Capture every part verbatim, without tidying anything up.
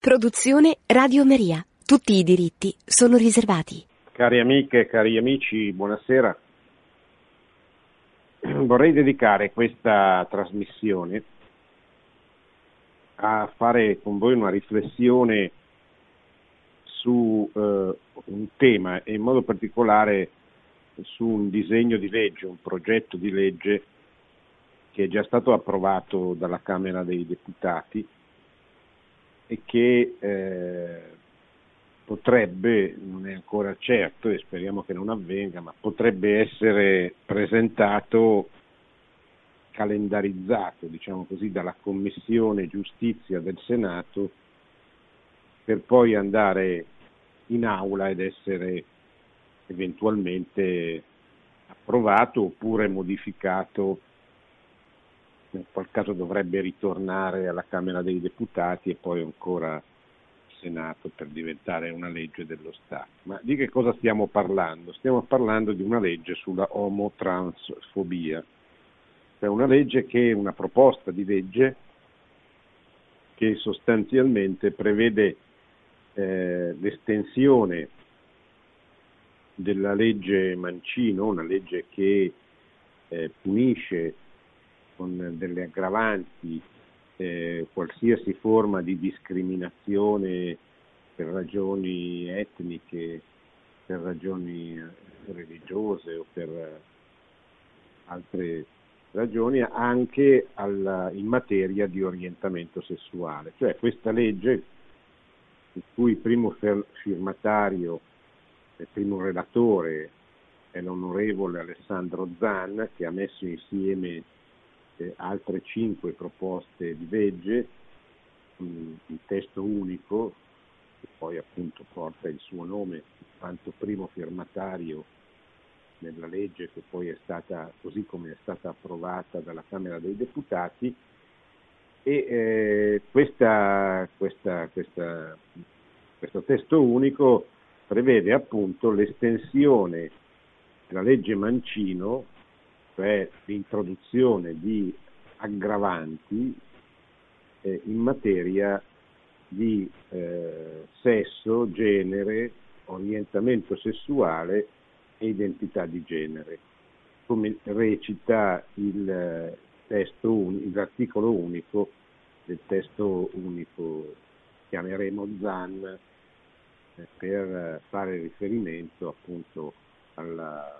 Produzione Radio Maria. Tutti i diritti sono riservati. Cari amiche e cari amici, buonasera. Vorrei dedicare questa trasmissione a fare con voi una riflessione su eh, un tema e in modo particolare su un disegno di legge, un progetto di legge che è già stato approvato dalla Camera dei Deputati e che eh, potrebbe, non è ancora certo e speriamo che non avvenga, ma potrebbe essere presentato, calendarizzato, diciamo così, dalla Commissione Giustizia del Senato per poi andare in aula ed essere eventualmente approvato oppure modificato. In qual caso dovrebbe ritornare alla Camera dei Deputati e poi ancora al Senato per diventare una legge dello Stato. Ma di che cosa stiamo parlando? Stiamo parlando di una legge sulla omotransfobia, cioè una legge che è una proposta di legge che sostanzialmente prevede eh, l'estensione della legge Mancino, una legge che eh, punisce con delle aggravanti eh, qualsiasi forma di discriminazione per ragioni etniche, per ragioni religiose o per altre ragioni, anche alla, in materia di orientamento sessuale. Cioè questa legge, il cui primo firmatario e primo relatore è l'onorevole Alessandro Zan, che ha messo insieme altre cinque proposte di legge, un testo unico che poi appunto porta il suo nome in quanto primo firmatario nella legge che poi è stata, così come è stata approvata dalla Camera dei Deputati, e eh, questa, questa, questa, questo testo unico prevede appunto l'estensione della legge Mancino, cioè l'introduzione di aggravanti eh, in materia di eh, sesso, genere, orientamento sessuale e identità di genere, come recita il testo un, l'articolo unico del testo unico, chiameremo Zan, eh, per fare riferimento appunto al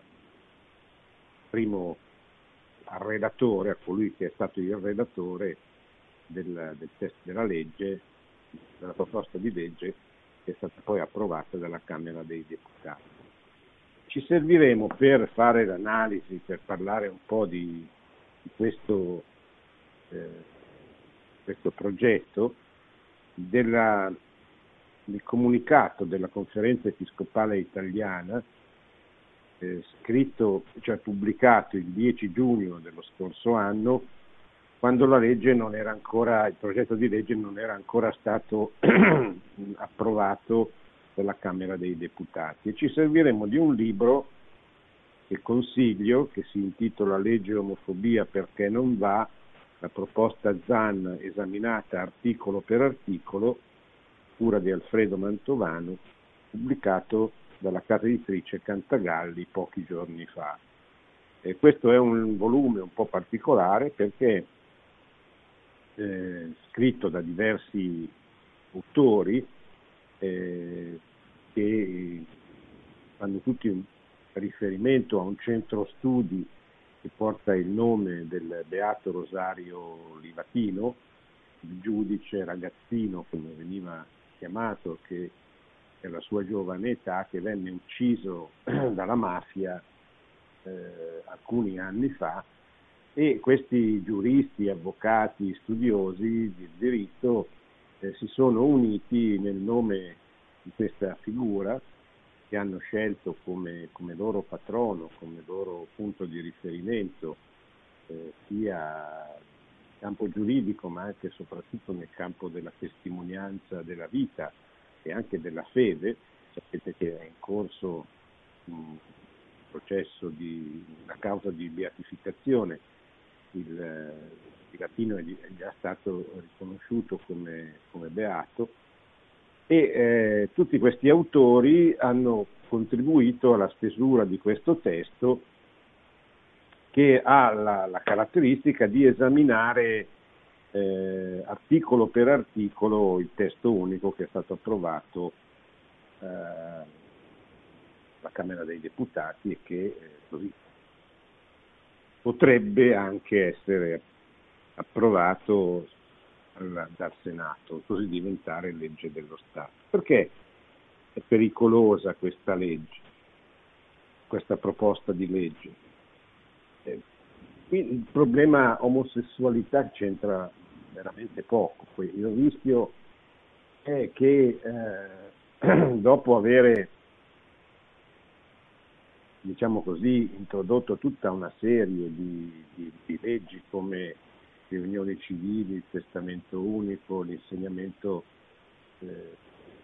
primo al relatore, a colui che è stato il relatore del, del testo della legge, della proposta di legge che è stata poi approvata dalla Camera dei Deputati. Ci serviremo per fare l'analisi, per parlare un po' di, di questo, eh, questo progetto, della, del comunicato della Conferenza Episcopale Italiana, Eh, scritto, cioè pubblicato il dieci giugno dello scorso anno, quando la legge non era ancora, il progetto di legge non era ancora stato approvato dalla Camera dei Deputati. E ci serviremo di un libro che consiglio, che si intitola Legge Omofobia perché non va, la proposta Zan esaminata articolo per articolo, cura di Alfredo Mantovano, pubblicato dalla casa editrice Cantagalli pochi giorni fa. E questo è un volume un po' particolare perché eh, scritto da diversi autori eh, che fanno tutti un riferimento a un centro studi che porta il nome del Beato Rosario Livatino, il giudice ragazzino, come veniva chiamato, che nella sua giovane età, che venne ucciso dalla mafia eh, alcuni anni fa, e questi giuristi, avvocati, studiosi di diritto eh, si sono uniti nel nome di questa figura che hanno scelto come, come loro patrono, come loro punto di riferimento, eh, sia nel campo giuridico ma anche e soprattutto nel campo della testimonianza della vita e anche della fede. Sapete che è in corso un processo di una causa di beatificazione, il Livatino è già stato riconosciuto come, come beato e eh, tutti questi autori hanno contribuito alla stesura di questo testo, che ha la, la caratteristica di esaminare eh, articolo per articolo il testo unico che è stato approvato eh, alla Camera dei Deputati e che eh, così potrebbe anche essere approvato al, dal Senato, così diventare legge dello Stato. Perché è pericolosa questa legge, questa proposta di legge? Eh, qui il problema omosessualità c'entra veramente poco. Il rischio è che eh, dopo avere, diciamo così, introdotto tutta una serie di, di, di leggi come le unioni civili, il testamento unico, l'insegnamento eh,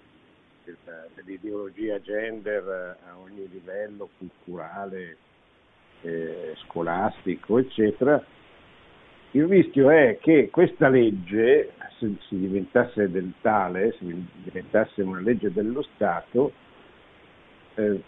dell'ideologia gender a ogni livello culturale, eh, scolastico, eccetera, il rischio è che questa legge, se si diventasse del tale, se diventasse una legge dello Stato, eh,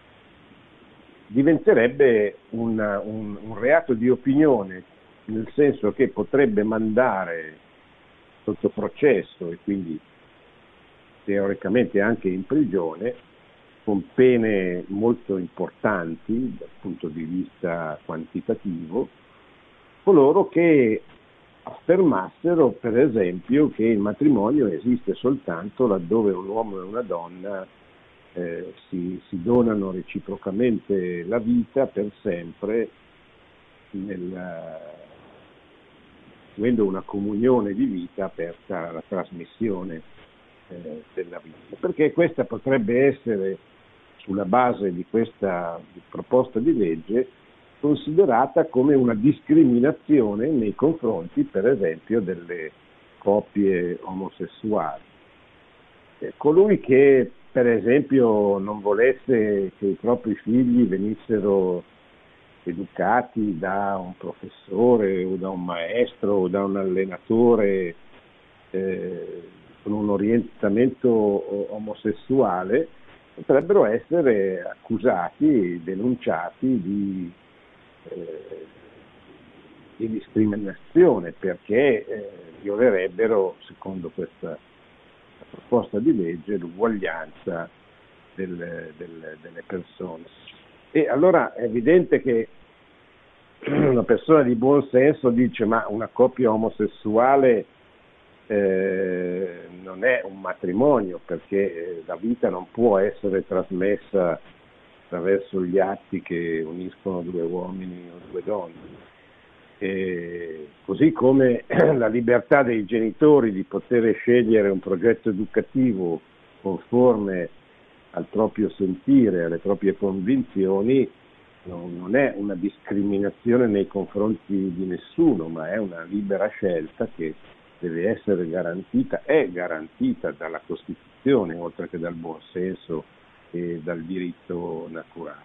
diventerebbe una, un, un reato di opinione, nel senso che potrebbe mandare sotto processo e quindi teoricamente anche in prigione, con pene molto importanti dal punto di vista quantitativo, coloro che affermassero, per esempio, che il matrimonio esiste soltanto laddove un uomo e una donna eh, si, si donano reciprocamente la vita per sempre, nel, seguendo una comunione di vita aperta alla trasmissione eh, della vita. Perché questa potrebbe essere, sulla base di questa proposta di legge, considerata come una discriminazione nei confronti, per esempio, delle coppie omosessuali. Eh, colui che, per esempio, non volesse che i propri figli venissero educati da un professore o da un maestro o da un allenatore eh, con un orientamento omosessuale, potrebbero essere accusati, denunciati di, eh, di discriminazione, perché eh, violerebbero, secondo questa proposta di legge, l'uguaglianza del, del, delle persone. E allora è evidente che una persona di buon senso dice: ma una coppia omosessuale eh, non è un matrimonio, perché la vita non può essere trasmessa attraverso gli atti che uniscono due uomini o due donne. E così come la libertà dei genitori di poter scegliere un progetto educativo conforme al proprio sentire, alle proprie convinzioni, non, non è una discriminazione nei confronti di nessuno, ma è una libera scelta che deve essere garantita, è garantita dalla Costituzione, oltre che dal buon senso e dal diritto naturale.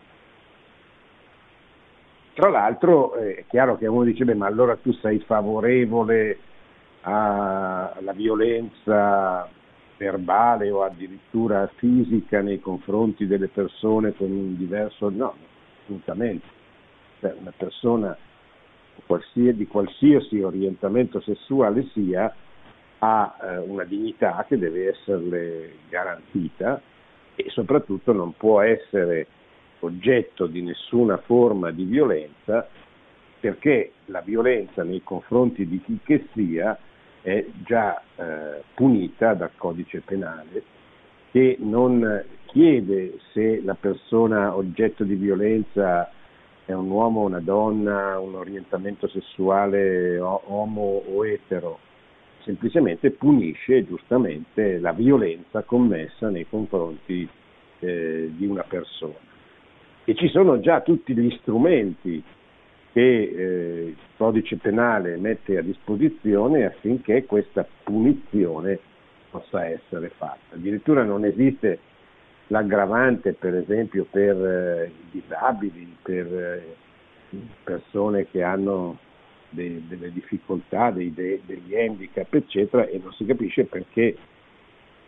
Tra l'altro è chiaro che uno dice: beh, ma allora tu sei favorevole alla violenza verbale o addirittura fisica nei confronti delle persone con un diverso... No, assolutamente. Cioè, una persona qualsiasi, di qualsiasi orientamento sessuale sia, ha eh, una dignità che deve esserle garantita e soprattutto non può essere oggetto di nessuna forma di violenza, perché la violenza nei confronti di chi che sia è già eh, punita dal codice penale, che non chiede se la persona oggetto di violenza è un uomo, una donna, un orientamento sessuale omo o etero, semplicemente punisce giustamente la violenza commessa nei confronti eh, di una persona. E ci sono già tutti gli strumenti che eh, il codice penale mette a disposizione affinché questa punizione possa essere fatta. Addirittura non esiste l'aggravante, per esempio, per eh, i disabili, per eh, persone che hanno de- delle difficoltà, dei, de- degli handicap, eccetera, e non si capisce perché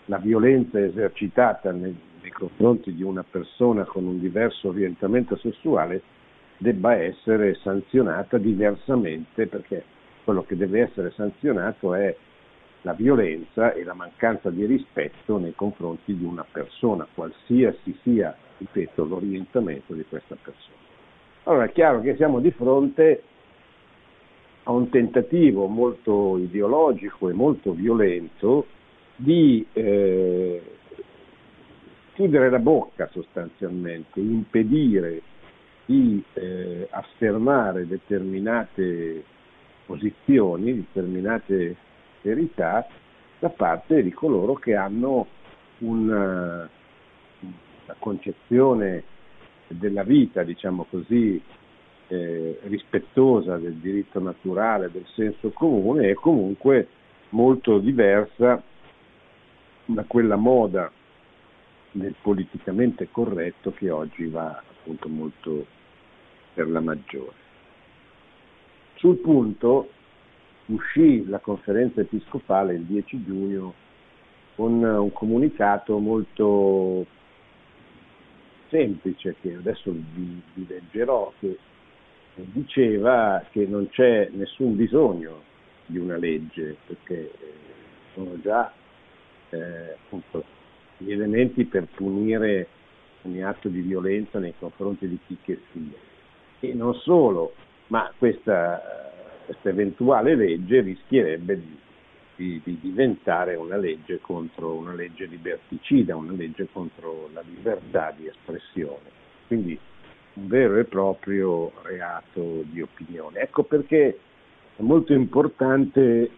la violenza esercitata nei, nei confronti di una persona con un diverso orientamento sessuale debba essere sanzionata diversamente, perché quello che deve essere sanzionato è la violenza e la mancanza di rispetto nei confronti di una persona, qualsiasi sia, ripeto, l'orientamento di questa persona. Allora è chiaro che siamo di fronte a un tentativo molto ideologico e molto violento di eh, chiudere la bocca sostanzialmente, impedire di eh, affermare determinate posizioni, determinate verità da parte di coloro che hanno una, una concezione della vita, diciamo così, eh, rispettosa del diritto naturale, del senso comune, e comunque molto diversa da quella moda del politicamente corretto che oggi va appunto molto per la maggiore. Sul punto uscì la conferenza episcopale il dieci giugno con un comunicato molto semplice, che adesso vi, vi leggerò, che diceva che non c'è nessun bisogno di una legge, perché sono già eh, appunto gli elementi per punire ogni atto di violenza nei confronti di chi che sia. E non solo, ma questa, questa eventuale legge rischierebbe di, di, di diventare una legge contro una legge liberticida, una legge contro la libertà di espressione, quindi un vero e proprio reato di opinione. Ecco perché è molto importante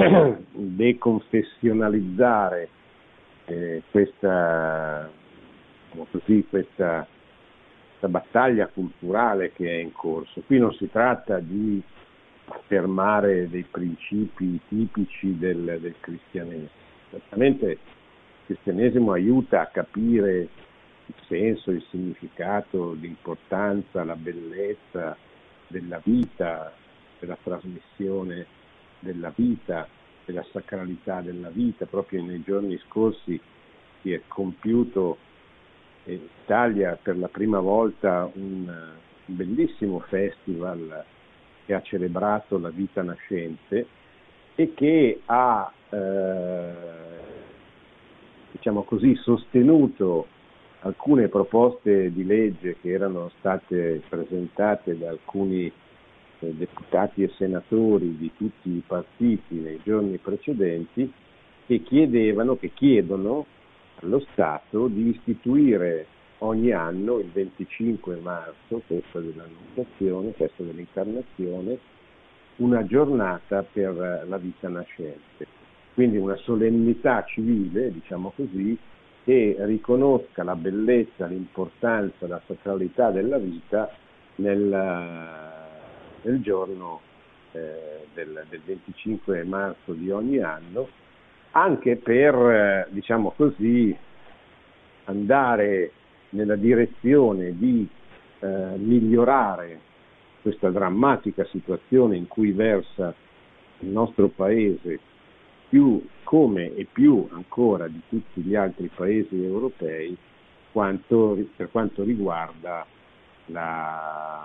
deconfessionalizzare eh, questa, diciamo così, questa, questa battaglia culturale che è in corso. Qui non si tratta di affermare dei principi tipici del, del cristianesimo. Certamente il cristianesimo aiuta a capire il senso, il significato, l'importanza, la bellezza della vita, della trasmissione della vita, della sacralità della vita. Proprio nei giorni scorsi si è compiuto in Italia per la prima volta un, un bellissimo festival che ha celebrato la vita nascente e che ha eh, diciamo così sostenuto alcune proposte di legge che erano state presentate da alcuni eh, deputati e senatori di tutti i partiti nei giorni precedenti, che chiedevano, che chiedono allo Stato di istituire ogni anno il venticinque marzo, festa dell'Annunciazione, festa dell'Incarnazione, una giornata per la vita nascente. Quindi una solennità civile, diciamo così, che riconosca la bellezza, l'importanza, la sacralità della vita nel, nel giorno eh, del, del venticinque marzo di ogni anno, anche per, eh, diciamo così, andare nella direzione di eh, migliorare questa drammatica situazione in cui versa il nostro Paese, più come e più ancora di tutti gli altri paesi europei, quanto, per quanto riguarda la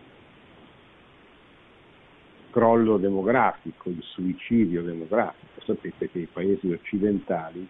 il crollo demografico, il suicidio demografico. Sapete che i paesi occidentali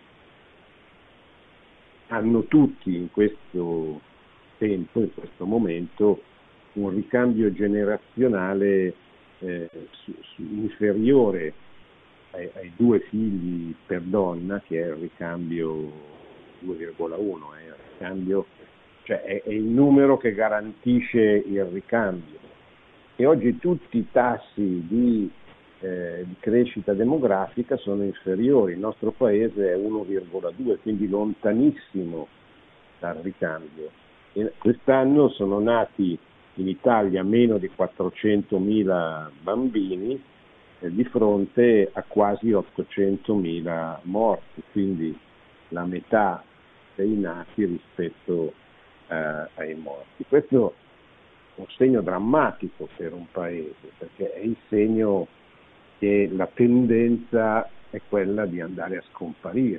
hanno tutti in questo tempo, in questo momento, un ricambio generazionale eh, su, su, inferiore ai, ai due figli per donna, che è il ricambio due virgola uno, è il ricambio, cioè è, è il numero che garantisce il ricambio. E oggi tutti i tassi di, eh, di crescita demografica sono inferiori. Il nostro paese è uno virgola due, quindi lontanissimo dal ricambio. E quest'anno sono nati in Italia meno di quattrocentomila bambini eh, di fronte a quasi ottocentomila morti, quindi la metà dei nati rispetto eh, ai morti. Questo un segno drammatico per un paese, perché è il segno che la tendenza è quella di andare a scomparire.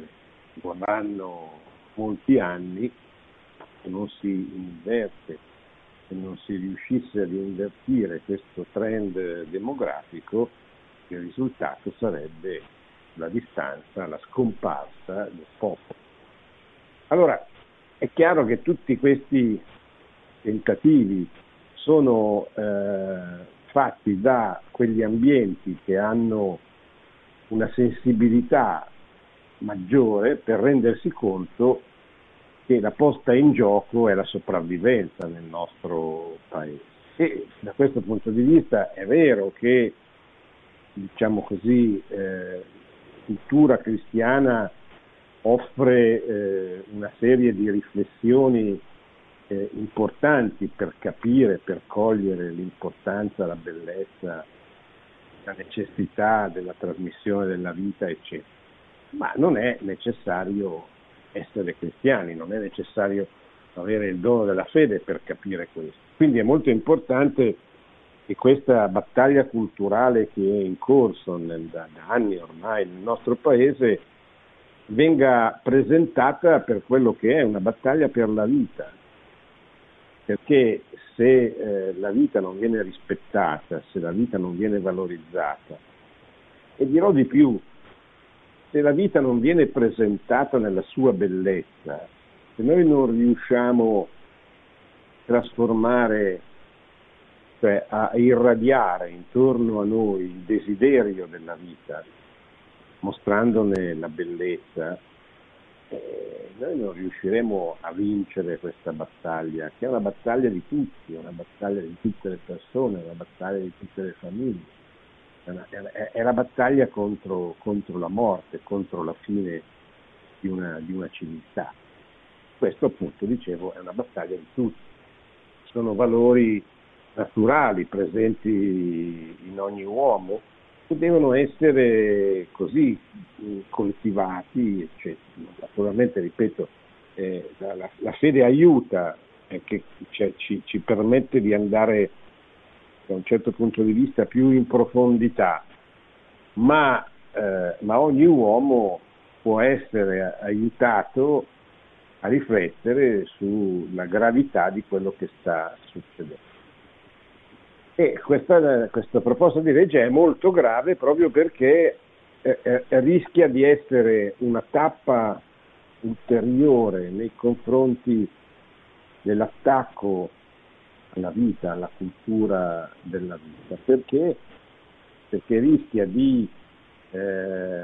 vorranno molti anni, se non si inverte, se non si riuscisse ad invertire questo trend demografico, il risultato sarebbe la distanza, la scomparsa del popolo. Allora, è chiaro che tutti questi tentativi sono eh, fatti da quegli ambienti che hanno una sensibilità maggiore per rendersi conto che la posta in gioco è la sopravvivenza nel nostro paese. E da questo punto di vista è vero che, diciamo così, eh, cultura cristiana offre eh, una serie di riflessioni eh, importanti per capire, per cogliere l'importanza, la bellezza, la necessità della trasmissione della vita, eccetera. Ma non è necessario essere cristiani, non è necessario avere il dono della fede per capire questo. Quindi è molto importante che questa battaglia culturale che è in corso nel, da, da anni ormai nel nostro paese venga presentata per quello che è, una battaglia per la vita, perché se eh, la vita non viene rispettata, se la vita non viene valorizzata, e dirò di più, se la vita non viene presentata nella sua bellezza, se noi non riusciamo a trasformare, cioè a irradiare intorno a noi il desiderio della vita, mostrandone la bellezza, eh, noi non riusciremo a vincere questa battaglia, che è una battaglia di tutti, è una battaglia di tutte le persone, è una battaglia di tutte le famiglie. È la battaglia contro, contro la morte, contro la fine di una, di una civiltà. Questo, appunto, dicevo, è una battaglia di tutti. Sono valori naturali presenti in ogni uomo che devono essere così coltivati, eccetera. Naturalmente, ripeto, eh, la, la fede aiuta, eh, che cioè, ci, ci permette di andare da un certo punto di vista più in profondità, ma, eh, ma ogni uomo può essere aiutato a riflettere sulla gravità di quello che sta succedendo. E questa, questa proposta di legge è molto grave proprio perché eh, eh, rischia di essere una tappa ulteriore nei confronti dell'attacco alla vita, alla cultura della vita, perché, perché rischia di eh,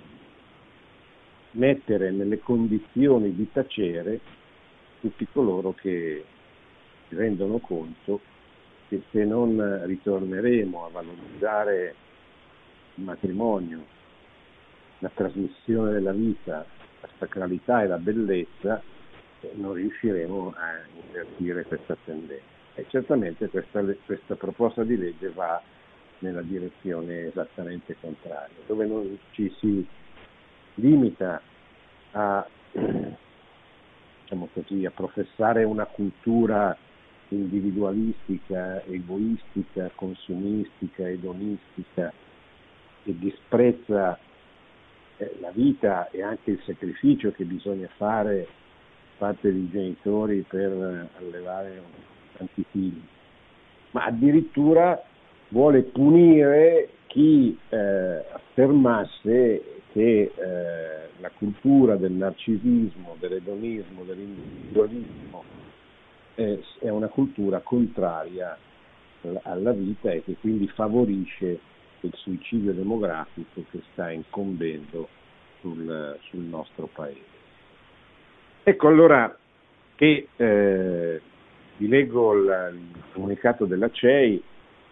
mettere nelle condizioni di tacere tutti coloro che si rendono conto che se non ritorneremo a valorizzare il matrimonio, la trasmissione della vita, la sacralità e la bellezza, eh, non riusciremo a invertire questa tendenza. E certamente questa, questa proposta di legge va nella direzione esattamente contraria, dove non ci si limita a, diciamo così, a professare una cultura individualistica, egoistica, consumistica, edonistica, che disprezza eh, la vita e anche il sacrificio che bisogna fare da parte dei genitori per allevare tanti figli, ma addirittura vuole punire chi eh, affermasse che eh, la cultura del narcisismo, dell'edonismo, dell'individualismo eh, è una cultura contraria alla vita e che quindi favorisce il suicidio demografico che sta incombendo sul, sul nostro paese. Ecco allora che eh, vi leggo il, il comunicato della C E I,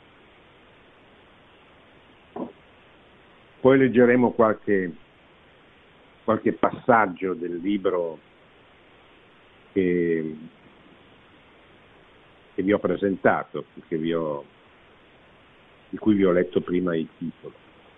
poi leggeremo qualche, qualche passaggio del libro che, che vi ho presentato, che vi ho, di cui vi ho letto prima il titolo.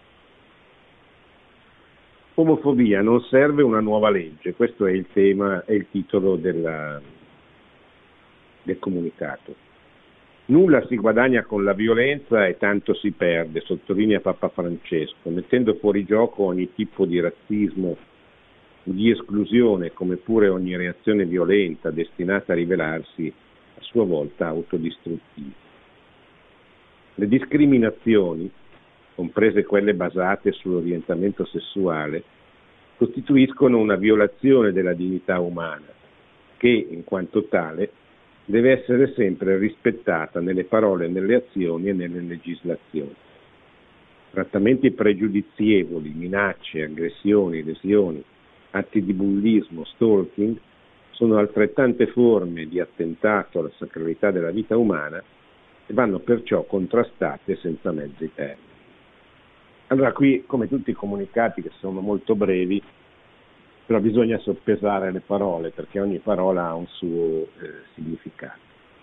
Omofobia, non serve una nuova legge, questo è il tema, è il titolo della, del comunicato. Nulla si guadagna con la violenza e tanto si perde, sottolinea Papa Francesco, mettendo fuori gioco ogni tipo di razzismo di esclusione, come pure ogni reazione violenta destinata a rivelarsi a sua volta autodistruttiva. Le discriminazioni, comprese quelle basate sull'orientamento sessuale, costituiscono una violazione della dignità umana che, in quanto tale, deve essere sempre rispettata nelle parole, nelle azioni e nelle legislazioni. Trattamenti pregiudizievoli, minacce, aggressioni, lesioni, atti di bullismo, stalking sono altrettante forme di attentato alla sacralità della vita umana e vanno perciò contrastate senza mezzi termini. Allora qui, come tutti i comunicati che sono molto brevi, però bisogna soppesare le parole perché ogni parola ha un suo eh, significato.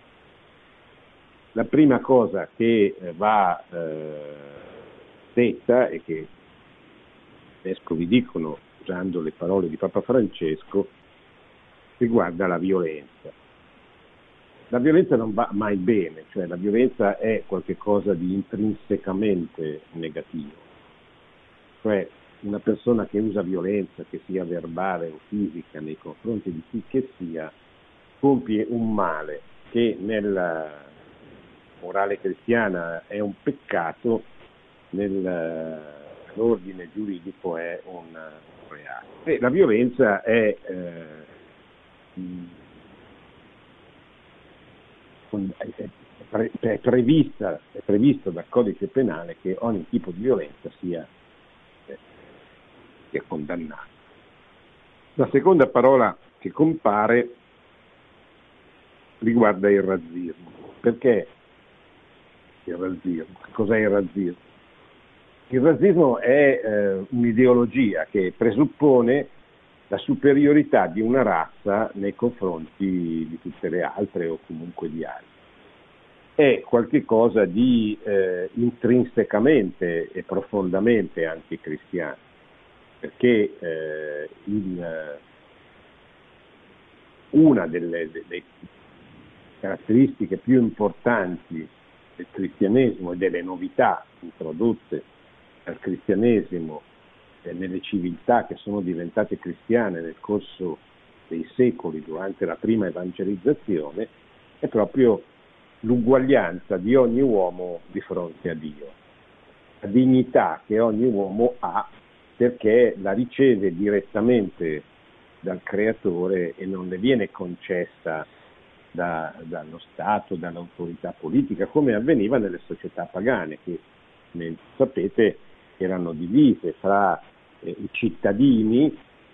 La prima cosa che eh, va eh, detta e che i vescovi dicono usando le parole di Papa Francesco riguarda la violenza. La violenza non va mai bene, cioè la violenza è qualcosa di intrinsecamente negativo. Cioè una persona che usa violenza, che sia verbale o fisica, nei confronti di chi che sia, compie un male che nella morale cristiana è un peccato, nell'ordine giuridico è un reato. E la violenza è, eh, è prevista, è previsto dal codice penale che ogni tipo di violenza sia che è condannato. La seconda parola che compare riguarda il razzismo. Perché il razzismo? Cos'è il razzismo? Il razzismo è eh, un'ideologia che presuppone la superiorità di una razza nei confronti di tutte le altre o comunque di altri. È qualcosa di eh, intrinsecamente e profondamente anticristiano. Perché eh, il, una delle, delle caratteristiche più importanti del cristianesimo e delle novità introdotte dal cristianesimo eh, nelle civiltà che sono diventate cristiane nel corso dei secoli durante la prima evangelizzazione è proprio l'uguaglianza di ogni uomo di fronte a Dio, la dignità che ogni uomo ha perché la riceve direttamente dal Creatore e non le viene concessa da, dallo Stato, dall'autorità politica, come avveniva nelle società pagane, che, come sapete, erano divise fra eh, i cittadini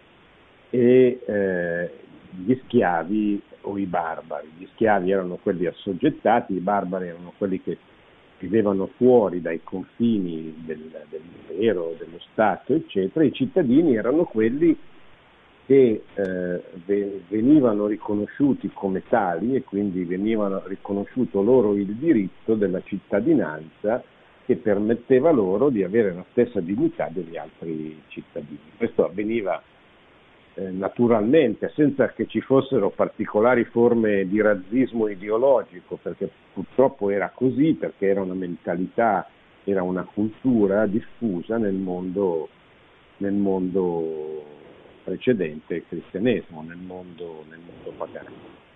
e eh, gli schiavi o i barbari. Gli schiavi erano quelli assoggettati, i barbari erano quelli che vivevano fuori dai confini del, dell'impero, dello Stato, eccetera. I cittadini erano quelli che eh, venivano riconosciuti come tali e quindi venivano riconosciuto loro il diritto della cittadinanza che permetteva loro di avere la stessa dignità degli altri cittadini. Questo avveniva eh, naturalmente, senza che ci fossero particolari forme di razzismo ideologico, perché purtroppo era così, perché era una mentalità, era una cultura diffusa nel mondo, nel mondo precedente il cristianesimo, nel mondo, nel mondo pagano.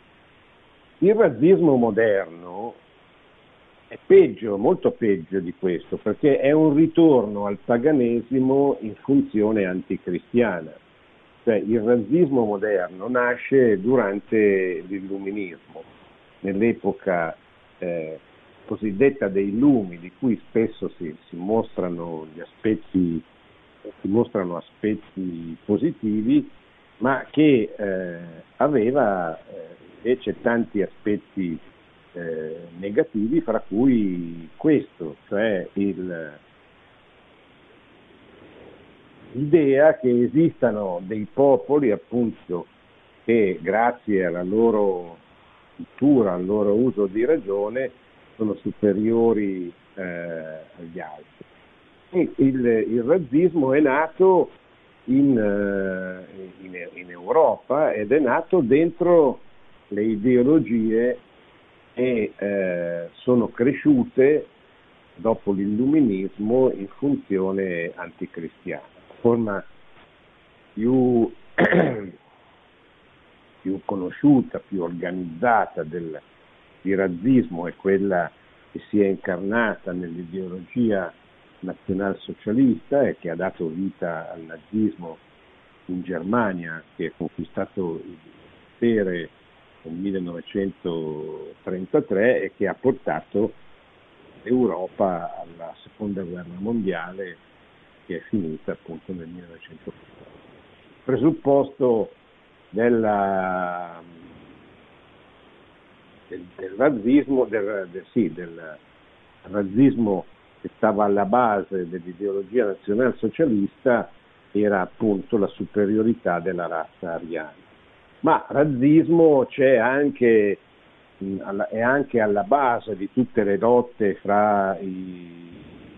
Il razzismo moderno è peggio, molto peggio di questo, perché è un ritorno al paganesimo in funzione anticristiana. Cioè il razzismo moderno nasce durante l'illuminismo, nell'epoca eh, cosiddetta dei lumi, di cui spesso si, si mostrano gli aspetti, si mostrano aspetti positivi, ma che eh, aveva eh, invece tanti aspetti eh, negativi, fra cui questo, cioè il l'idea che esistano dei popoli appunto che grazie alla loro cultura, al loro uso di ragione sono superiori eh, agli altri. E il, il razzismo è nato in, in, in Europa ed è nato dentro le ideologie che eh, sono cresciute dopo l'illuminismo in funzione anticristiana. La forma più più conosciuta, più organizzata del, di razzismo è quella che si è incarnata nell'ideologia nazionalsocialista e che ha dato vita al nazismo in Germania, che ha conquistato il potere nel millenovecentotrentatré e che ha portato l'Europa alla seconda guerra mondiale, che è finita appunto nel millenovecentoquaranta. Il presupposto della, del, del razzismo, del, del, sì, del razzismo che stava alla base dell'ideologia nazionalsocialista era appunto la superiorità della razza ariana. Ma razzismo c'è anche, è anche alla base di tutte le lotte fra i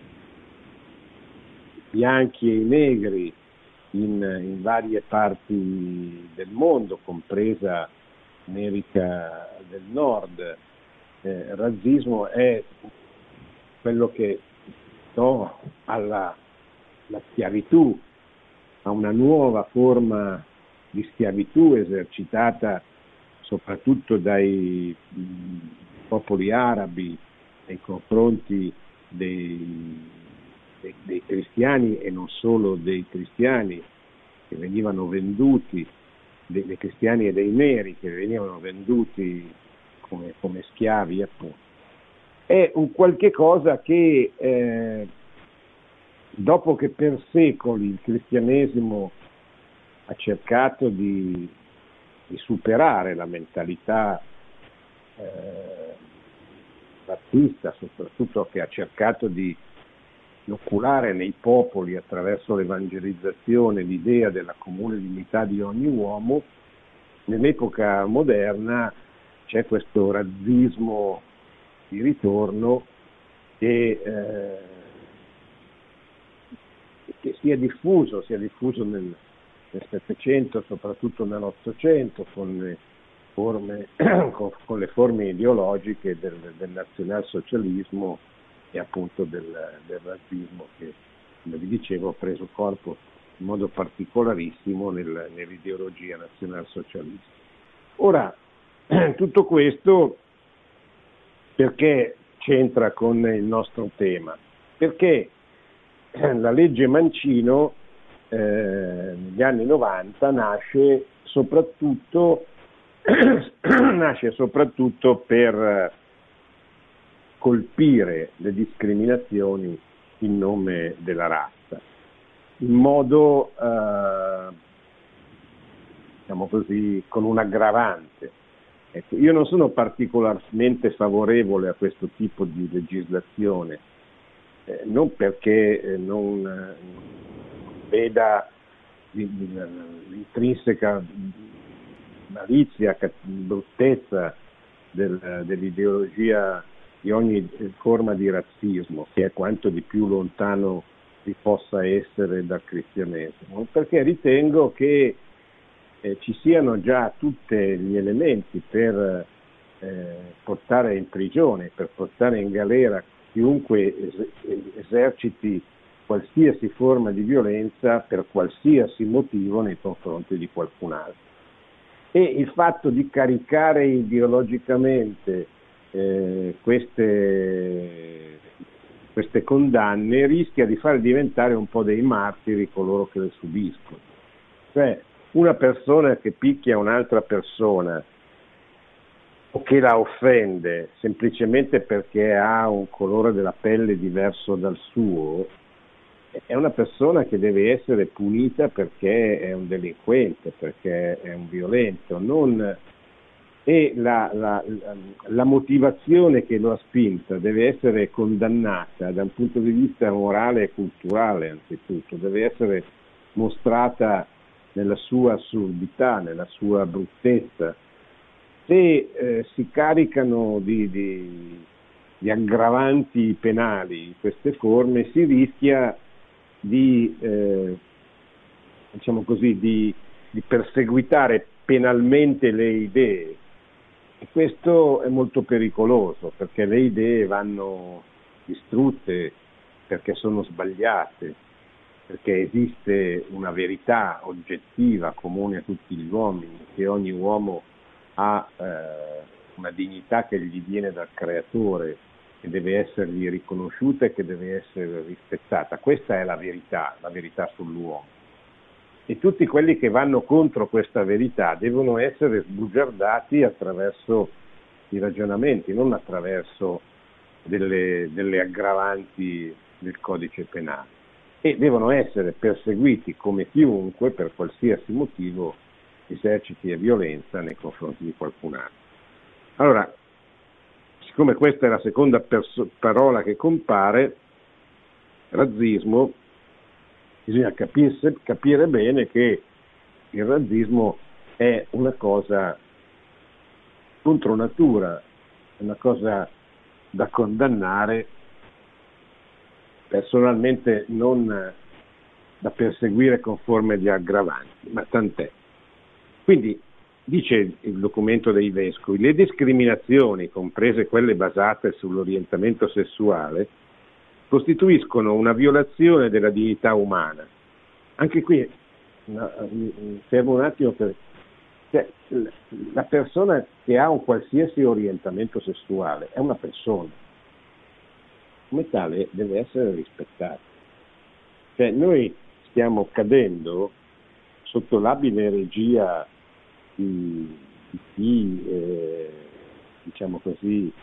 bianchi e i negri in, in varie parti del mondo, compresa America del Nord. Eh, razzismo è quello che no, alla la schiavitù, a una nuova forma di schiavitù esercitata soprattutto dai mh, popoli arabi nei confronti dei, dei, dei cristiani e non solo dei cristiani che venivano venduti, dei, dei cristiani e dei neri che venivano venduti come, come schiavi appunto. È un qualche cosa che eh, dopo che per secoli il cristianesimo ha cercato di, di superare la mentalità eh, razzista, soprattutto che ha cercato di inoculare nei popoli attraverso l'evangelizzazione l'idea della comune dignità di ogni uomo, nell'epoca moderna c'è questo razzismo di ritorno che, eh, che si è diffuso, si è diffuso nel, nel Settecento, soprattutto nell'Ottocento, con le forme, con, con le forme ideologiche del, del nazionalsocialismo e appunto del, del razzismo che, come vi dicevo, ha preso corpo in modo particolarissimo nel, nell'ideologia nazionalsocialista. Ora, tutto questo perché c'entra con il nostro tema? Perché la legge Mancino eh, negli anni novanta nasce soprattutto, nasce soprattutto per colpire le discriminazioni in nome della razza, in modo, eh, diciamo così, con un aggravante. Ecco, io non sono particolarmente favorevole a questo tipo di legislazione, eh, non perché eh, non eh, veda l'intrinseca malizia, bruttezza del, dell'ideologia di ogni forma di razzismo, che è quanto di più lontano si possa essere dal cristianesimo, perché ritengo che Eh, ci siano già tutti gli elementi per eh, portare in prigione, per portare in galera chiunque es- eserciti qualsiasi forma di violenza per qualsiasi motivo nei confronti di qualcun altro. E il fatto di caricare ideologicamente eh, queste, queste condanne rischia di far diventare un po' dei martiri coloro che le subiscono. Cioè, una persona che picchia un'altra persona o che la offende semplicemente perché ha un colore della pelle diverso dal suo, è una persona che deve essere punita perché è un delinquente, perché è un violento, non, e la, la, la motivazione che lo ha spinta deve essere condannata da un punto di vista morale e culturale anzitutto, deve essere mostrata nella sua assurdità, nella sua bruttezza. Se eh, si caricano di, di, di aggravanti penali queste forme, si rischia di, eh, diciamo così, di, di perseguitare penalmente le idee, e questo è molto pericoloso perché le idee vanno distrutte perché sono sbagliate, perché esiste una verità oggettiva comune a tutti gli uomini, che ogni uomo ha eh, una dignità che gli viene dal creatore, che deve essergli riconosciuta e che deve essere rispettata. Questa è la verità, la verità sull'uomo. E tutti quelli che vanno contro questa verità devono essere sbugiardati attraverso i ragionamenti, non attraverso delle, delle aggravanti del codice penale. E devono essere perseguiti come chiunque, per qualsiasi motivo, eserciti violenza nei confronti di qualcun altro. Allora, siccome questa è la seconda perso- parola che compare, razzismo, bisogna capirse, capire bene che il razzismo è una cosa contro natura, è una cosa da condannare, personalmente non da perseguire con forme di aggravanti, ma tant'è. Quindi, dice il documento dei vescovi, le discriminazioni, comprese quelle basate sull'orientamento sessuale, costituiscono una violazione della dignità umana. Anche qui, no, mi fermo un attimo, per, cioè, la persona che ha un qualsiasi orientamento sessuale è una persona, come tale deve essere rispettata. Cioè, noi stiamo cadendo sotto l'abile regia di, di chi, eh, diciamo così,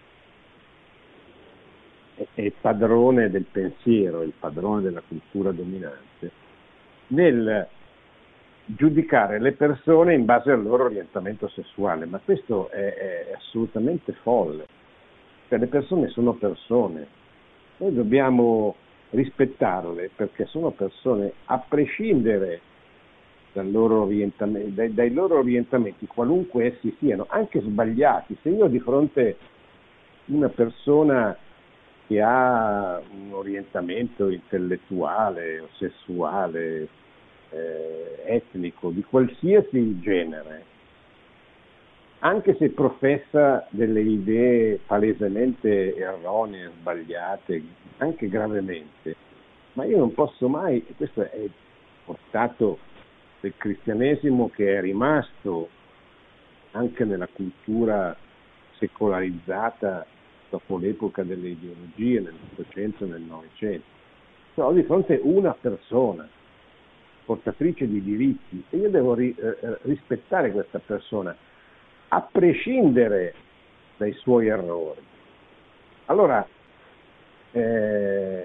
è, è il padrone del pensiero, il padrone della cultura dominante, nel giudicare le persone in base al loro orientamento sessuale, ma questo è, è assolutamente folle. Cioè, le persone sono persone, noi dobbiamo rispettarle perché sono persone, a prescindere dal loro orientamento, dai, dai loro orientamenti, qualunque essi siano, anche sbagliati. Se io ho di fronte una persona che ha un orientamento intellettuale o sessuale, eh, etnico, di qualsiasi genere, anche se professa delle idee palesemente erronee, sbagliate, anche gravemente, ma io non posso mai, e questo è il portato del cristianesimo che è rimasto anche nella cultura secolarizzata dopo l'epoca delle ideologie nell'Ottocento e nel Novecento. Cioè, ho di fronte una persona portatrice di diritti e io devo ri, eh, rispettare questa persona a prescindere dai suoi errori. Allora, eh,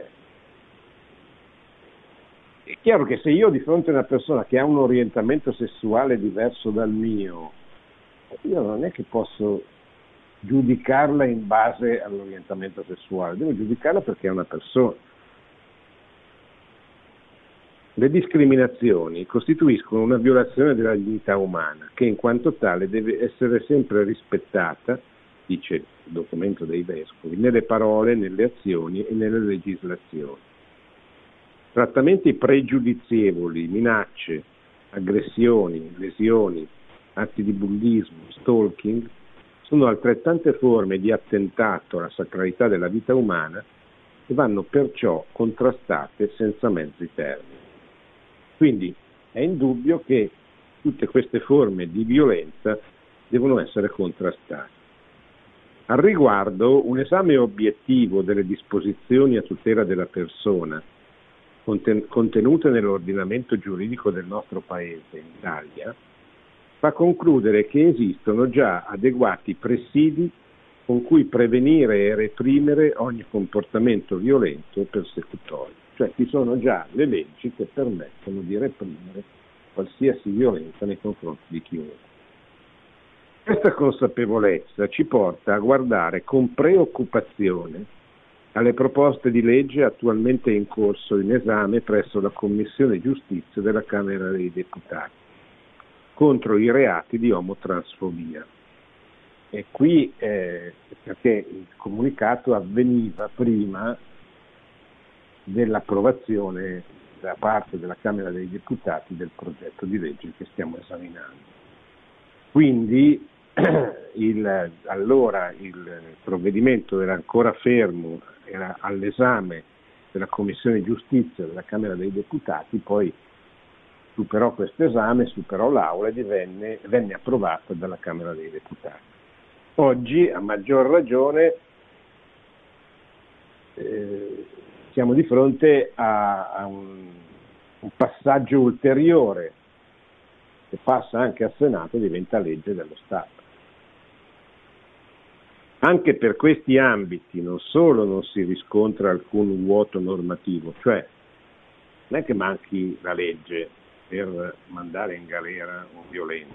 è chiaro che se io ho di fronte a una persona che ha un orientamento sessuale diverso dal mio, io non è che posso giudicarla in base all'orientamento sessuale, devo giudicarla perché è una persona. Le discriminazioni costituiscono una violazione della dignità umana che in quanto tale deve essere sempre rispettata, dice il documento dei vescovi, nelle parole, nelle azioni e nelle legislazioni. Trattamenti pregiudizievoli, minacce, aggressioni, lesioni, atti di bullismo, stalking sono altrettante forme di attentato alla sacralità della vita umana e vanno perciò contrastate senza mezzi termini. Quindi è indubbio che tutte queste forme di violenza devono essere contrastate. Al riguardo, un esame obiettivo delle disposizioni a tutela della persona conten- contenute nell'ordinamento giuridico del nostro Paese, in Italia, fa concludere che esistono già adeguati presidi con cui prevenire e reprimere ogni comportamento violento o persecutorio. Cioè ci sono già le leggi che permettono di reprimere qualsiasi violenza nei confronti di chiunque. Questa consapevolezza ci porta a guardare con preoccupazione alle proposte di legge attualmente in corso in esame presso la Commissione Giustizia della Camera dei Deputati contro i reati di omotransfobia. E qui eh, perché il comunicato avveniva prima dell'approvazione da parte della Camera dei Deputati del progetto di legge che stiamo esaminando. Quindi il, allora il provvedimento era ancora fermo, era all'esame della Commissione Giustizia della Camera dei Deputati, poi superò questo esame, superò l'Aula e divenne, venne approvata dalla Camera dei Deputati. Oggi, a maggior ragione, eh, siamo di fronte a, a un, un passaggio ulteriore che passa anche al Senato e diventa legge dello Stato. Anche per questi ambiti non solo non si riscontra alcun vuoto normativo, cioè non è che manchi la legge per mandare in galera un violento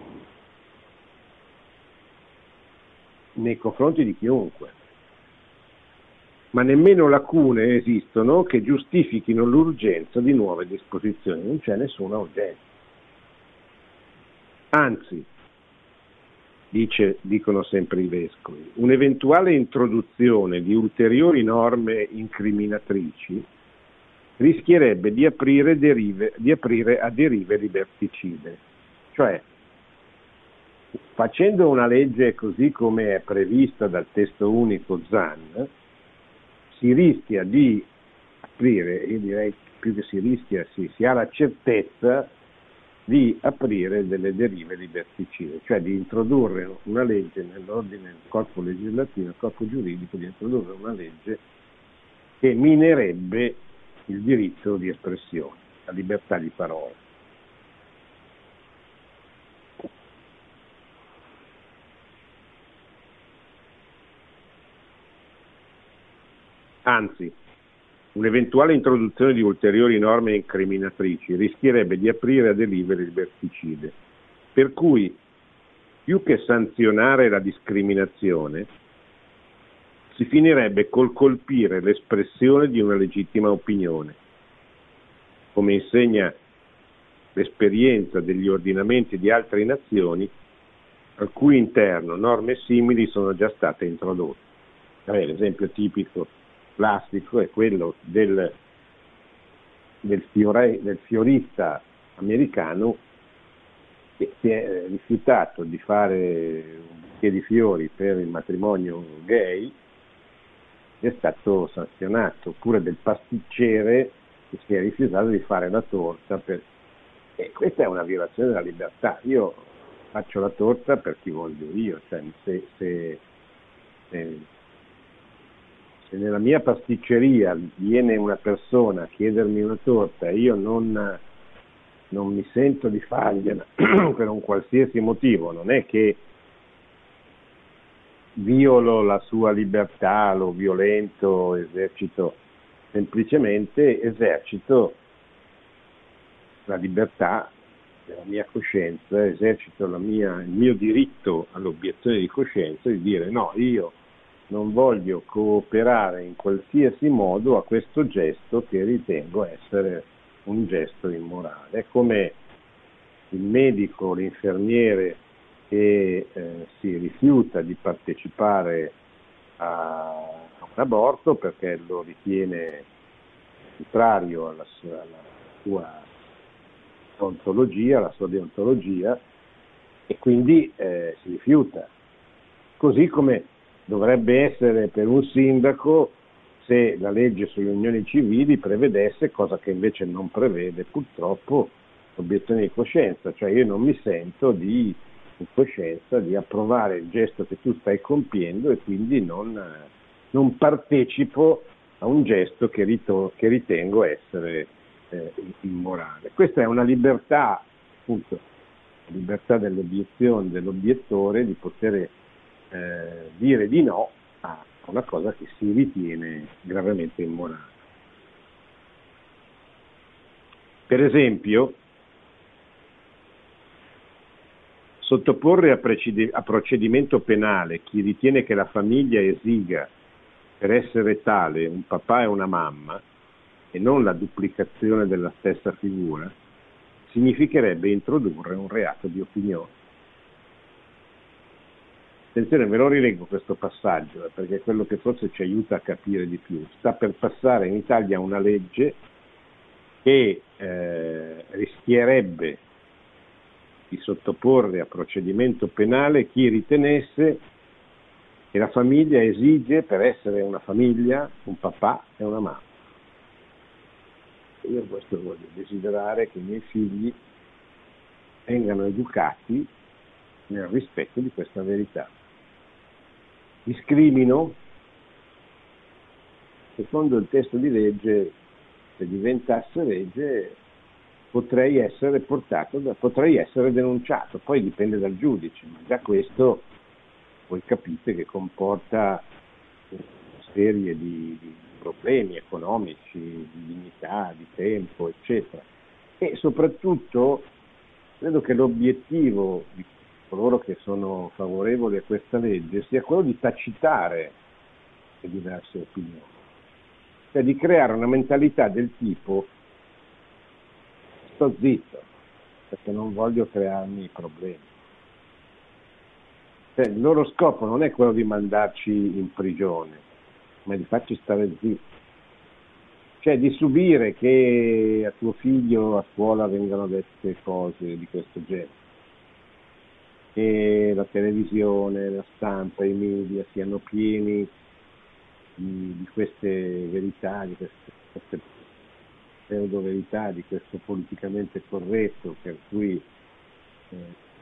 nei confronti di chiunque, ma nemmeno lacune esistono che giustifichino l'urgenza di nuove disposizioni, non c'è nessuna urgenza. Anzi, dice, dicono sempre i vescovi, un'eventuale introduzione di ulteriori norme incriminatrici rischierebbe di aprire, derive, di aprire a derive liberticide. Cioè, facendo una legge così come è prevista dal testo unico Zan, si rischia di aprire, io direi più che si rischia, si, si ha la certezza di aprire delle derive liberticide, cioè di introdurre una legge nell'ordine del corpo legislativo, nel corpo giuridico, di introdurre una legge che minerebbe il diritto di espressione, la libertà di parola. Anzi, un'eventuale introduzione di ulteriori norme incriminatrici rischierebbe di aprire a derive liberticide, per cui più che sanzionare la discriminazione si finirebbe col colpire l'espressione di una legittima opinione, come insegna l'esperienza degli ordinamenti di altre nazioni al cui interno norme simili sono già state introdotte. Vabbè, l'esempio tipico classico è quello del, del, fiore, del fiorista americano che si è rifiutato di fare un bouquet di fiori per il matrimonio gay, è stato sanzionato, oppure del pasticcere che si è rifiutato di fare la torta per... e questa è una violazione della libertà. Io faccio la torta per chi voglio io, cioè se, se, se se nella mia pasticceria viene una persona a chiedermi una torta e io non, non mi sento di fargliela per un qualsiasi motivo, non è che violo la sua libertà, lo violento, esercito, semplicemente esercito la libertà della mia coscienza, esercito la mia, il mio diritto all'obiezione di coscienza di dire no, io non voglio cooperare in qualsiasi modo a questo gesto che ritengo essere un gesto immorale. È come il medico, l'infermiere che eh, si rifiuta di partecipare a un aborto perché lo ritiene contrario alla sua, alla sua ontologia, alla sua deontologia, e quindi eh, si rifiuta. Così come dovrebbe essere per un sindaco se la legge sulle unioni civili prevedesse, cosa che invece non prevede purtroppo, l'obiezione di coscienza, cioè io non mi sento di in coscienza di approvare il gesto che tu stai compiendo e quindi non, non partecipo a un gesto che, rito, che ritengo essere eh, immorale. Questa è una libertà, appunto, la libertà dell'obiezione, dell'obiettore di poter Eh, dire di no a una cosa che si ritiene gravemente immorale. Per esempio, sottoporre a, precede- a procedimento penale chi ritiene che la famiglia esiga per essere tale un papà e una mamma e non la duplicazione della stessa figura significherebbe introdurre un reato di opinione. Attenzione, ve lo rileggo questo passaggio perché è quello che forse ci aiuta a capire di più. Sta per passare in Italia una legge che eh, rischierebbe di sottoporre a procedimento penale chi ritenesse che la famiglia esige per essere una famiglia un papà e una mamma. Io questo voglio desiderare che i miei figli vengano educati nel rispetto di questa verità. Discrimino, secondo il testo di legge, se diventasse legge, potrei essere portato, da, potrei essere denunciato, poi dipende dal giudice, ma già questo voi capite che comporta una serie di, di problemi economici, di dignità, di tempo, eccetera. E soprattutto credo che l'obiettivo di coloro che sono favorevoli a questa legge sia quello di tacitare le diverse opinioni, cioè di creare una mentalità del tipo sto zitto perché non voglio crearmi problemi. Cioè, il loro scopo non è quello di mandarci in prigione, ma di farci stare zitti. Cioè di subire che a tuo figlio a scuola vengano dette cose di questo genere, che la televisione, la stampa, i media siano pieni di, di queste verità, di queste, queste pseudo verità, di questo politicamente corretto, per cui eh,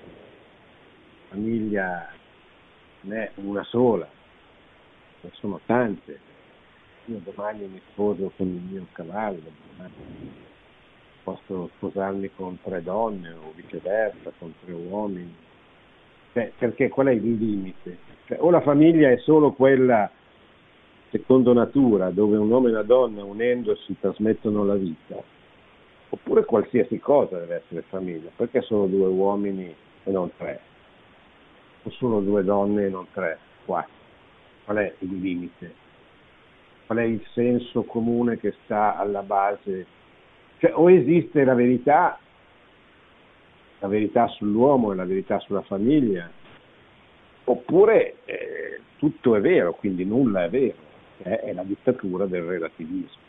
famiglia non è una sola, ne sono tante. Io domani mi sposo con il mio cavallo, domani posso sposarmi con tre donne o viceversa, con tre uomini. Cioè, perché qual è il limite? Cioè, o la famiglia è solo quella secondo natura, dove un uomo e una donna unendosi trasmettono la vita, oppure qualsiasi cosa deve essere famiglia, perché solo due uomini e non tre, o solo due donne e non tre, quattro. Qual è il limite? Qual è il senso comune che sta alla base? Cioè, o esiste la verità, la verità sull'uomo e la verità sulla famiglia, oppure eh, tutto è vero, quindi nulla è vero, eh, è la dittatura del relativismo.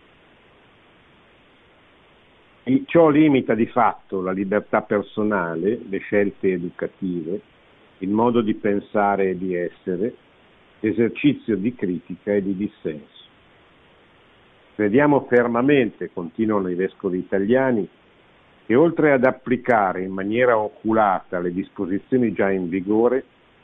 E ciò limita di fatto la libertà personale, le scelte educative, il modo di pensare e di essere, l'esercizio di critica e di dissenso. Crediamo fermamente, continuano i vescovi italiani, che oltre ad applicare in maniera oculata le disposizioni già in vigore,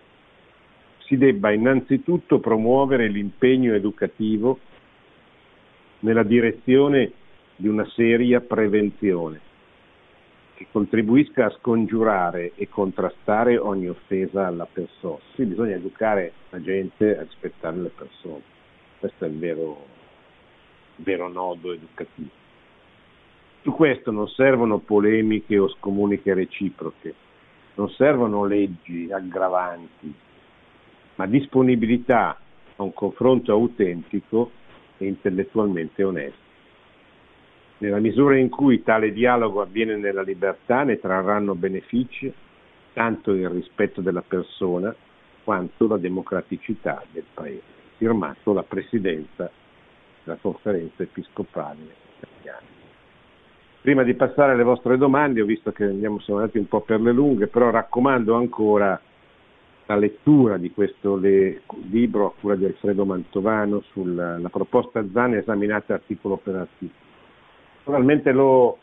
si debba innanzitutto promuovere l'impegno educativo nella direzione di una seria prevenzione che contribuisca a scongiurare e contrastare ogni offesa alla persona. Sì, bisogna educare la gente a rispettare le persone. Questo è il vero, il vero nodo educativo. Su questo non servono polemiche o scomuniche reciproche, non servono leggi aggravanti, ma disponibilità a un confronto autentico e intellettualmente onesto. Nella misura in cui tale dialogo avviene nella libertà, ne trarranno benefici tanto il rispetto della persona quanto la democraticità del Paese. Firmato la Presidenza della Conferenza Episcopale Italiana. Prima di passare alle vostre domande, ho visto che andiamo, siamo andati un po' per le lunghe, però raccomando ancora la lettura di questo le, libro a cura di Alfredo Mantovano sulla la proposta Zan esaminata articolo per articolo. Naturalmente lo,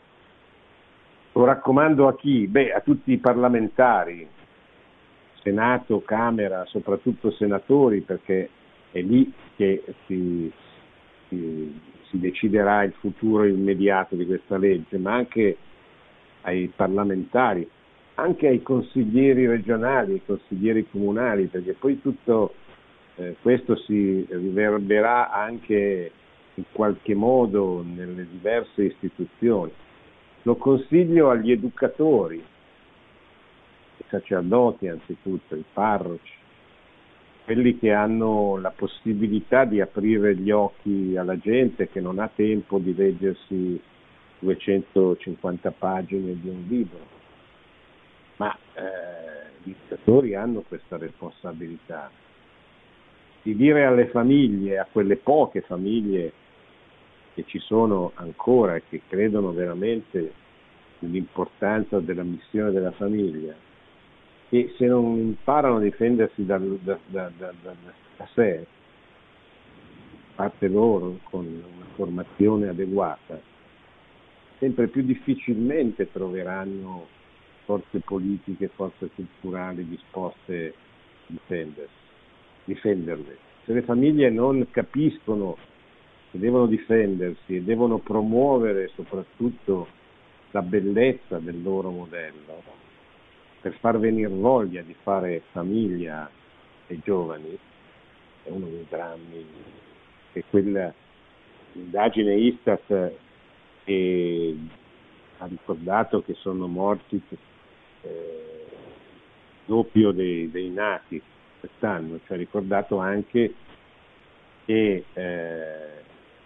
lo raccomando a chi? Beh, a tutti i parlamentari, Senato, Camera, soprattutto senatori, perché è lì che si, si, si deciderà il futuro immediato di questa legge, ma anche ai parlamentari, anche ai consiglieri regionali, ai consiglieri comunali, perché poi tutto eh, questo si riverberà anche in qualche modo nelle diverse istituzioni. Lo consiglio agli educatori, i sacerdoti anzitutto, i parroci, quelli che hanno la possibilità di aprire gli occhi alla gente che non ha tempo di leggersi duecentocinquanta pagine di un libro, ma eh, gli educatori hanno questa responsabilità di dire alle famiglie, a quelle poche famiglie che ci sono ancora e che credono veramente nell'importanza della missione della famiglia, che se non imparano a difendersi da, da, da, da, da, da sé, parte loro con una formazione adeguata, sempre più difficilmente troveranno forze politiche, forze culturali disposte a difendersi, difenderle. Se le famiglie non capiscono che devono difendersi e devono promuovere soprattutto la bellezza del loro modello per far venire voglia di fare famiglia ai giovani, è uno dei drammi che quella indagine Istat che ha ricordato che sono morti eh, doppio dei, dei nati quest'anno, cioè ha ricordato anche che eh,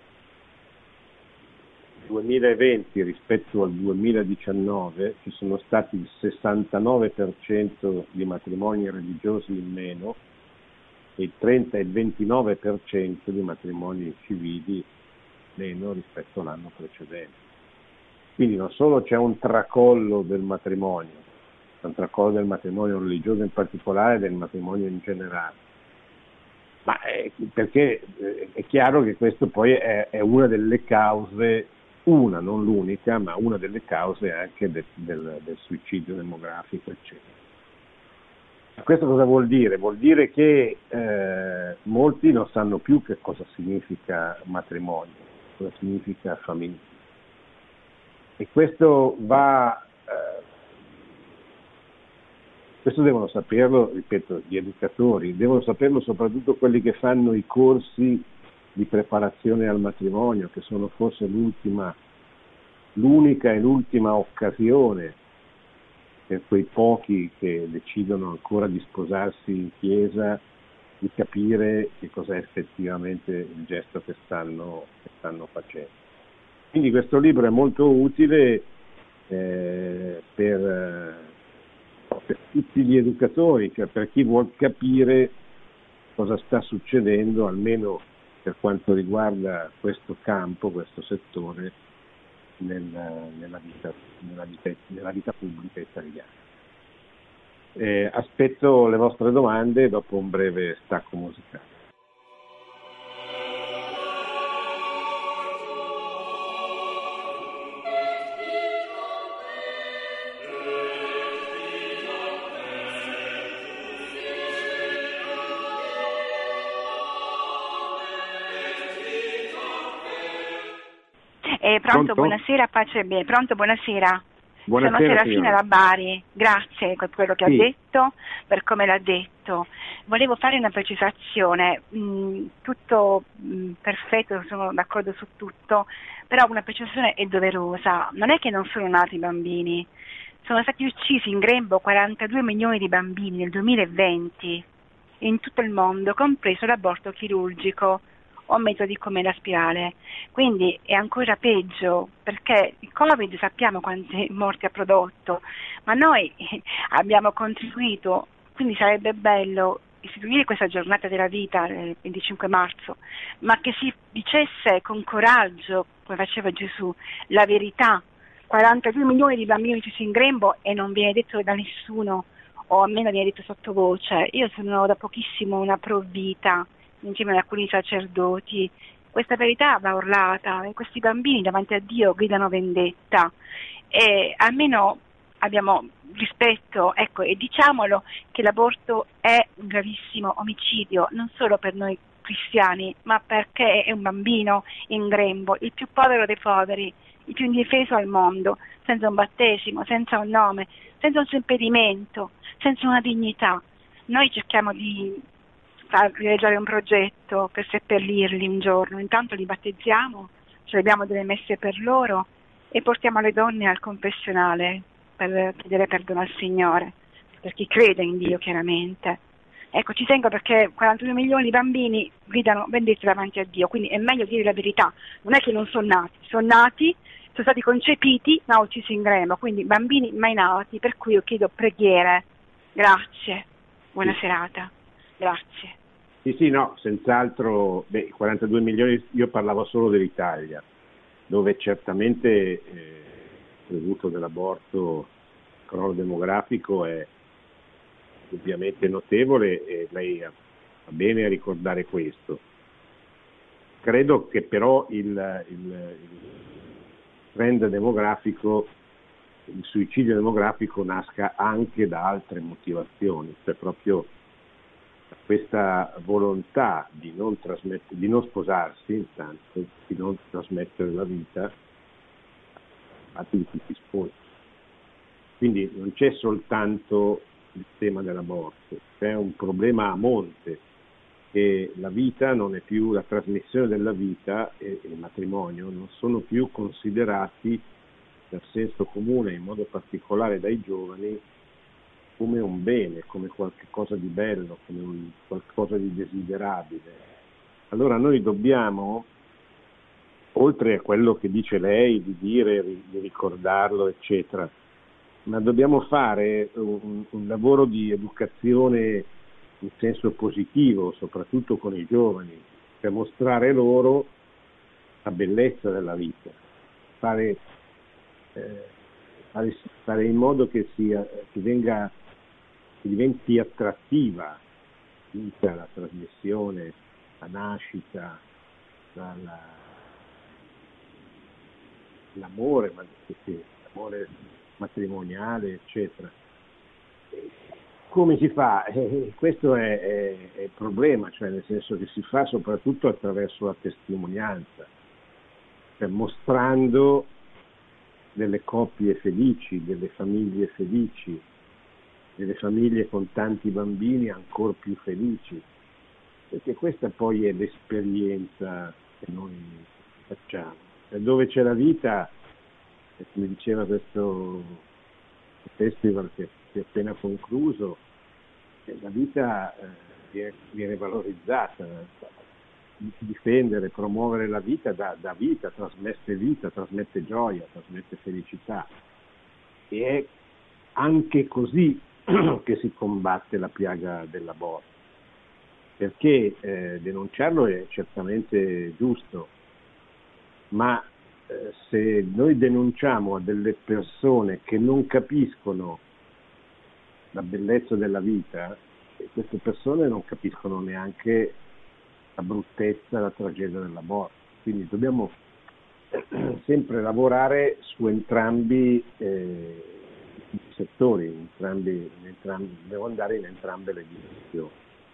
duemilaventi rispetto al duemiladiciannove ci sono stati il sessantanove per cento di matrimoni religiosi in meno e il trenta e il ventinove per cento di matrimoni civili meno rispetto all'anno precedente. Quindi non solo c'è un tracollo del matrimonio, c'è un tracollo del matrimonio religioso in particolare e del matrimonio in generale, ma è, perché è chiaro che questo poi è, è una delle cause, una, non l'unica, ma una delle cause anche de, del, del suicidio demografico, eccetera. Questo cosa vuol dire? Vuol dire che eh, molti non sanno più che cosa significa matrimonio, cosa significa famiglia. E questo va, eh, questo devono saperlo, ripeto, gli educatori, devono saperlo soprattutto quelli che fanno i corsi di preparazione al matrimonio, che sono forse l'ultima, l'unica e l'ultima occasione per quei pochi che decidono ancora di sposarsi in chiesa, di capire che cos'è effettivamente il gesto che stanno, che stanno facendo. Quindi questo libro è molto utile eh, per, per tutti gli educatori, cioè per chi vuol capire cosa sta succedendo, almeno per quanto riguarda questo campo, questo settore, nel, nella, vita, nella, vita, nella vita pubblica italiana. Eh, aspetto le vostre domande dopo un breve stacco musicale. Eh, pronto, pronto, buonasera, pace e bene. Pronto, buonasera. Buonasera. Sono Serafina da Bari, grazie per quello che sì. ha detto, per come l'ha detto. Volevo fare una precisazione, mh, tutto mh, perfetto, sono d'accordo su tutto, però una precisazione è doverosa. Non è che non sono nati i bambini, sono stati uccisi in grembo quarantadue milioni di bambini nel duemilaventi in tutto il mondo, compreso l'aborto chirurgico o metodi come la spirale. Quindi è ancora peggio, perché il Covid sappiamo quante morti ha prodotto, ma noi abbiamo contribuito, quindi sarebbe bello istituire questa giornata della vita il venticinque marzo, ma che si dicesse con coraggio, come faceva Gesù, la verità. quarantadue milioni di bambini uccisi in grembo e non viene detto da nessuno, o almeno viene detto sottovoce. Io sono da pochissimo una pro-vita insieme ad alcuni sacerdoti. Questa verità va urlata e questi bambini davanti a Dio gridano vendetta, e almeno abbiamo rispetto, ecco, e diciamolo che l'aborto è un gravissimo omicidio, non solo per noi cristiani, ma perché è un bambino in grembo, il più povero dei poveri, il più indifeso al mondo, senza un battesimo, senza un nome, senza un impedimento, senza una dignità. Noi cerchiamo di realizzare un progetto per seppellirli un giorno, intanto li battezziamo, celebriamo delle messe per loro e portiamo le donne al confessionale per chiedere perdono al Signore, per chi crede in Dio chiaramente. Ecco, ci tengo perché quarantadue milioni di bambini gridano vendetta davanti a Dio, quindi è meglio dire la verità, non è che non sono nati, sono nati, sono stati concepiti ma uccisi in grembo, quindi bambini mai nati, per cui io chiedo preghiere. Grazie, buona sì. serata. Grazie. Sì, sì, no, senz'altro, beh, quarantadue milioni, io parlavo solo dell'Italia, dove certamente eh, il tributo dell'aborto crollo demografico è ovviamente notevole e lei ha bene a ricordare questo. Credo che però il, il, il trend demografico, il suicidio demografico nasca anche da altre motivazioni, cioè proprio questa volontà di non trasmettere, di non sposarsi intanto, di non trasmettere la vita a tutti si sposi. Quindi non c'è soltanto il tema dell'aborto, c'è un problema a monte, che la vita non è più, la trasmissione della vita e, e il matrimonio non sono più considerati dal senso comune, in modo particolare dai giovani, come un bene, come qualcosa di bello, come un, qualcosa di desiderabile. Allora noi dobbiamo, oltre a quello che dice lei, di dire, di ricordarlo, eccetera, ma dobbiamo fare un, un lavoro di educazione in senso positivo, soprattutto con i giovani, per mostrare loro la bellezza della vita, fare, eh, fare, fare in modo che, sia, che, venga, che diventi attrattiva tutta la trasmissione, la nascita, la, la, l'amore, ma, sì, l'amore matrimoniale, eccetera. Come si fa? Eh, questo è, è, è il problema, cioè nel senso che si fa soprattutto attraverso la testimonianza, cioè mostrando delle coppie felici, delle famiglie felici, delle famiglie con tanti bambini ancora più felici, perché questa poi è l'esperienza che noi facciamo. E dove c'è la vita, come diceva questo festival che si è appena concluso, la vita eh, viene, viene valorizzata, difendere, promuovere la vita da, da vita, trasmette vita, trasmette gioia, trasmette felicità, e è anche così che si combatte la piaga dell'aborto, perché eh, denunciarlo è certamente giusto, ma eh, se noi denunciamo a delle persone che non capiscono la bellezza della vita, e queste persone non capiscono neanche la bruttezza, la tragedia dell'aborto. Quindi dobbiamo sempre lavorare su entrambi eh, i settori, entrambi, in entrambi, devo andare in entrambe le direzioni.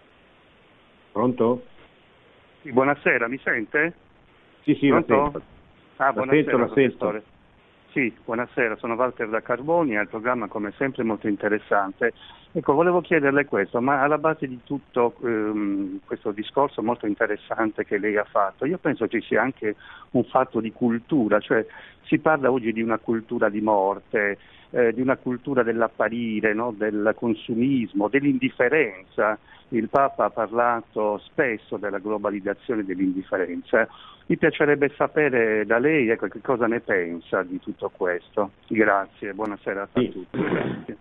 Pronto? Sì, buonasera, mi sente? Sì, sì, Pronto? la sento. Ah, la buonasera, sento, la professore. sento. Sì, buonasera, sono Walter da Carboni, al programma come sempre molto interessante. Ecco, volevo chiederle questo, ma alla base di tutto ehm, questo discorso molto interessante che lei ha fatto, io penso ci sia anche un fatto di cultura, cioè si parla oggi di una cultura di morte, eh, di una cultura dell'apparire, no? Del consumismo, dell'indifferenza. Il Papa ha parlato spesso della globalizzazione dell'indifferenza. Mi piacerebbe sapere da lei, ecco, che cosa ne pensa di tutto questo. Grazie, buonasera a Sì. tutti. Grazie.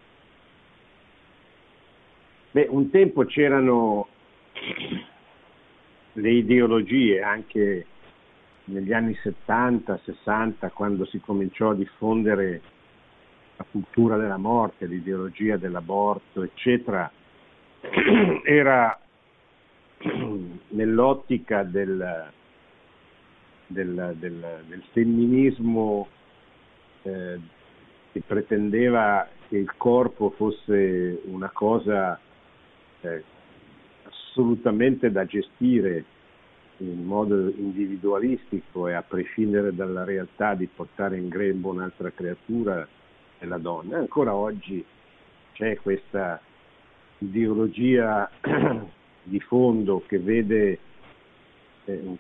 Beh, un tempo c'erano le ideologie, anche negli anni settanta, sessanta, quando si cominciò a diffondere la cultura della morte, l'ideologia dell'aborto, eccetera, era nell'ottica del, del, del, del femminismo eh, che pretendeva che il corpo fosse una cosa eh, assolutamente da gestire in modo individualistico e a prescindere dalla realtà di portare in grembo un'altra creatura, è la donna. Ancora oggi c'è questa ideologia di fondo che vede eh,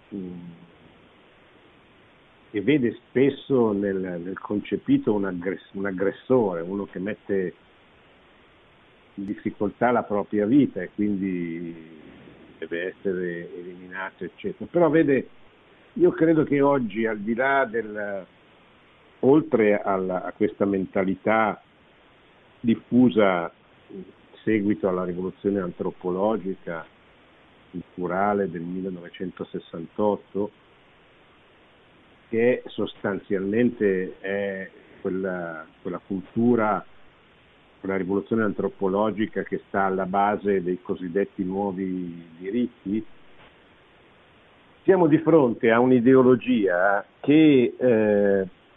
che vede spesso nel, nel concepito un, aggress- un aggressore, uno che mette in difficoltà la propria vita e quindi deve essere eliminato, eccetera. Però vede, io credo che oggi, al di là del, oltre alla, a questa mentalità diffusa in seguito alla rivoluzione antropologica culturale del millenovecentosessantotto, che sostanzialmente è quella, quella cultura, quella rivoluzione antropologica che sta alla base dei cosiddetti nuovi diritti, siamo di fronte a un'ideologia che eh,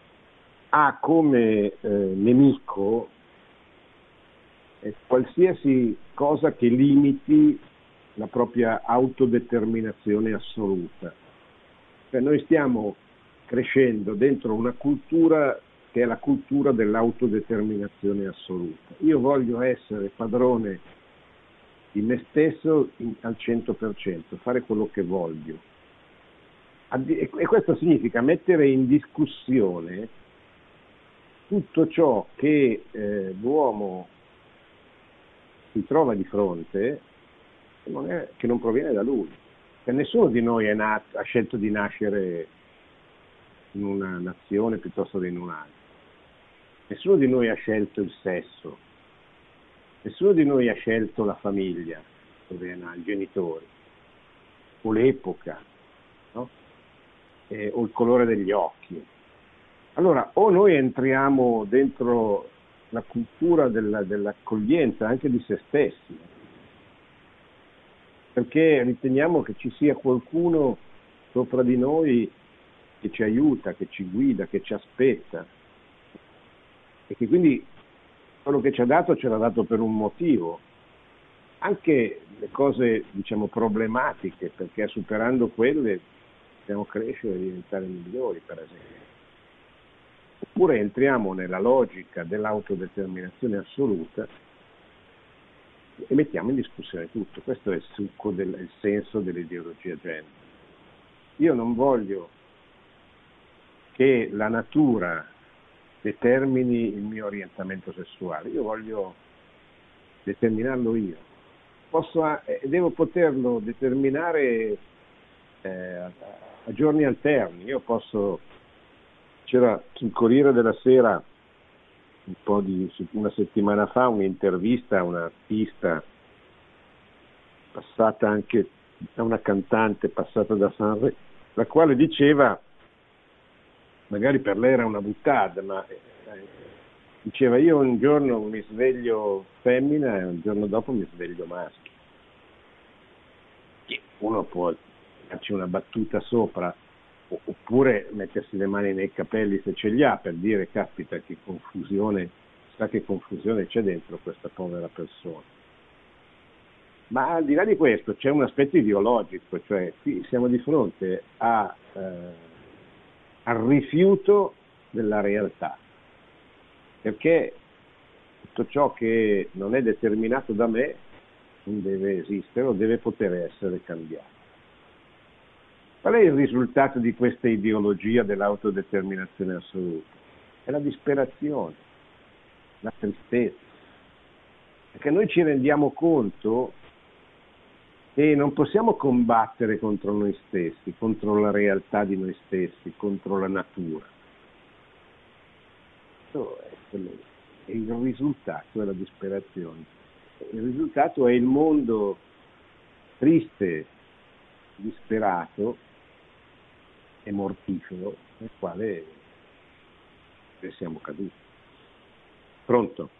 ha come eh, nemico eh, qualsiasi cosa che limiti la propria autodeterminazione assoluta. Cioè noi stiamo crescendo dentro una cultura che è la cultura dell'autodeterminazione assoluta. Io voglio essere padrone di me stesso in, al cento per cento, fare quello che voglio. E questo significa mettere in discussione tutto ciò che eh, l'uomo si trova di fronte che non, è, che non proviene da lui. Cioè, nessuno di noi è nato, ha scelto di nascere in una nazione piuttosto che in un'altra. Nessuno di noi ha scelto il sesso, nessuno di noi ha scelto la famiglia, dove è nato, i genitori, o l'epoca, no? eh, o il colore degli occhi. Allora, o noi entriamo dentro la cultura della, dell'accoglienza anche di se stessi, perché riteniamo che ci sia qualcuno sopra di noi che ci aiuta, che ci guida, che ci aspetta, e che quindi quello che ci ha dato ce l'ha dato per un motivo. Anche le cose, diciamo, problematiche, perché superando quelle possiamo crescere e diventare migliori, per esempio. Oppure entriamo nella logica dell'autodeterminazione assoluta e mettiamo in discussione tutto. Questo è il succo del il senso dell'ideologia gender. Io non voglio che la natura determini il mio orientamento sessuale, io voglio determinarlo io. Posso, eh, devo poterlo determinare eh, a, a giorni alterni. Io posso, c'era sul Corriere della Sera un po' di una settimana fa un'intervista a un'artista passata anche da una cantante passata da Sanremo, la quale diceva, magari per lei era una buttata, ma eh, diceva: io un giorno mi sveglio femmina e un giorno dopo mi sveglio maschio. Uno può farci una battuta sopra, oppure mettersi le mani nei capelli se ce li ha, per dire: caspita, che confusione, sa che confusione c'è dentro questa povera persona. Ma al di là di questo c'è un aspetto ideologico, cioè qui siamo di fronte a, eh, al rifiuto della realtà, perché tutto ciò che non è determinato da me non deve esistere o deve poter essere cambiato. Qual è il risultato di questa ideologia dell'autodeterminazione assoluta? È la disperazione, la tristezza, perché noi ci rendiamo conto che non possiamo combattere contro noi stessi, contro la realtà di noi stessi, contro la natura. Questo è, quello, è il risultato, è la disperazione. Il risultato è il mondo triste, disperato e mortifero nel quale siamo caduti. Pronto?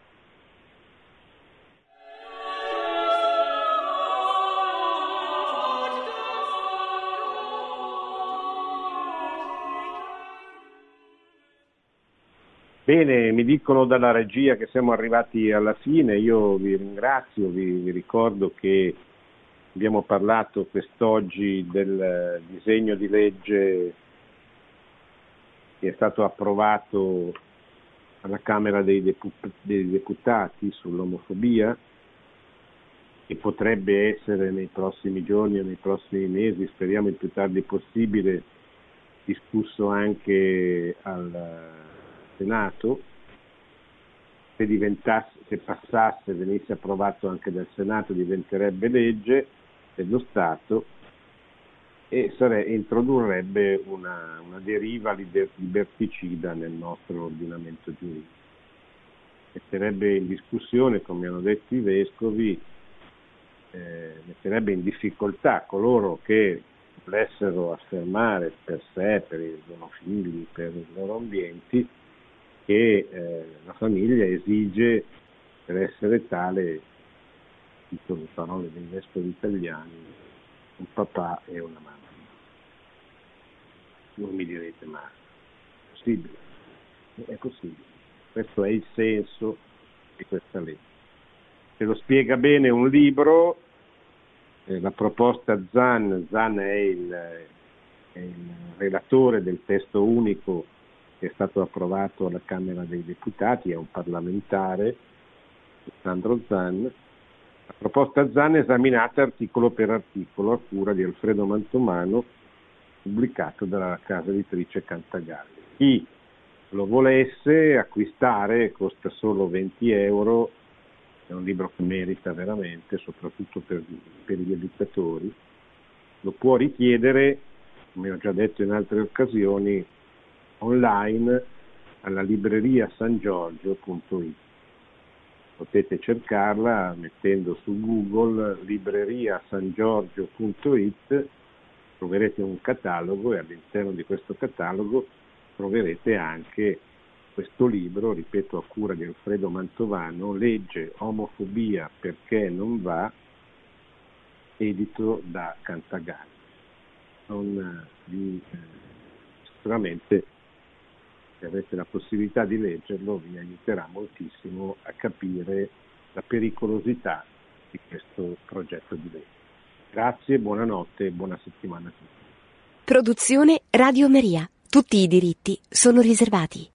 Bene, mi dicono dalla regia che siamo arrivati alla fine. Io vi ringrazio, vi, vi ricordo che abbiamo parlato quest'oggi del disegno di legge che è stato approvato alla Camera dei, Deput- dei Deputati sull'omofobia, che potrebbe essere nei prossimi giorni o nei prossimi mesi, speriamo il più tardi possibile, discusso anche al Senato. Se diventasse, se passasse, venisse approvato anche dal Senato, diventerebbe legge dello Stato e sare, introdurrebbe una, una deriva liber, liberticida nel nostro ordinamento giuridico. Metterebbe in discussione, come hanno detto i vescovi, eh, metterebbe in difficoltà coloro che volessero affermare per sé, per i loro figli, per i loro ambienti, che eh, la famiglia esige, per essere tale, dico le parole dei vescovi italiani, un papà e una mamma. Non mi direte, ma è possibile? È possibile. Questo è il senso di questa legge. Se lo spiega bene un libro, eh, la proposta Zan, Zan è il, è il relatore del testo unico che è stato approvato alla Camera dei Deputati, è un parlamentare, Alessandro Zan. La proposta Zan è esaminata articolo per articolo a cura di Alfredo Mantovano, pubblicato dalla casa editrice Cantagalli. Chi lo volesse acquistare costa solo venti euro, è un libro che merita veramente, soprattutto per, per gli educatori. Lo può richiedere, come ho già detto in altre occasioni, online alla libreria san giorgio punto it. Potete cercarla mettendo su Google libreria san giorgio punto it, troverete un catalogo e all'interno di questo catalogo troverete anche questo libro, ripeto, a cura di Alfredo Mantovano, Legge omofobia perché non va, edito da Cantagalli. Non vi, eh, sicuramente, se avete la possibilità di leggerlo, vi aiuterà moltissimo a capire la pericolosità di questo progetto di legge. Grazie, buonanotte e buona settimana a tutti. Produzione Radio Maria. Tutti i diritti sono riservati.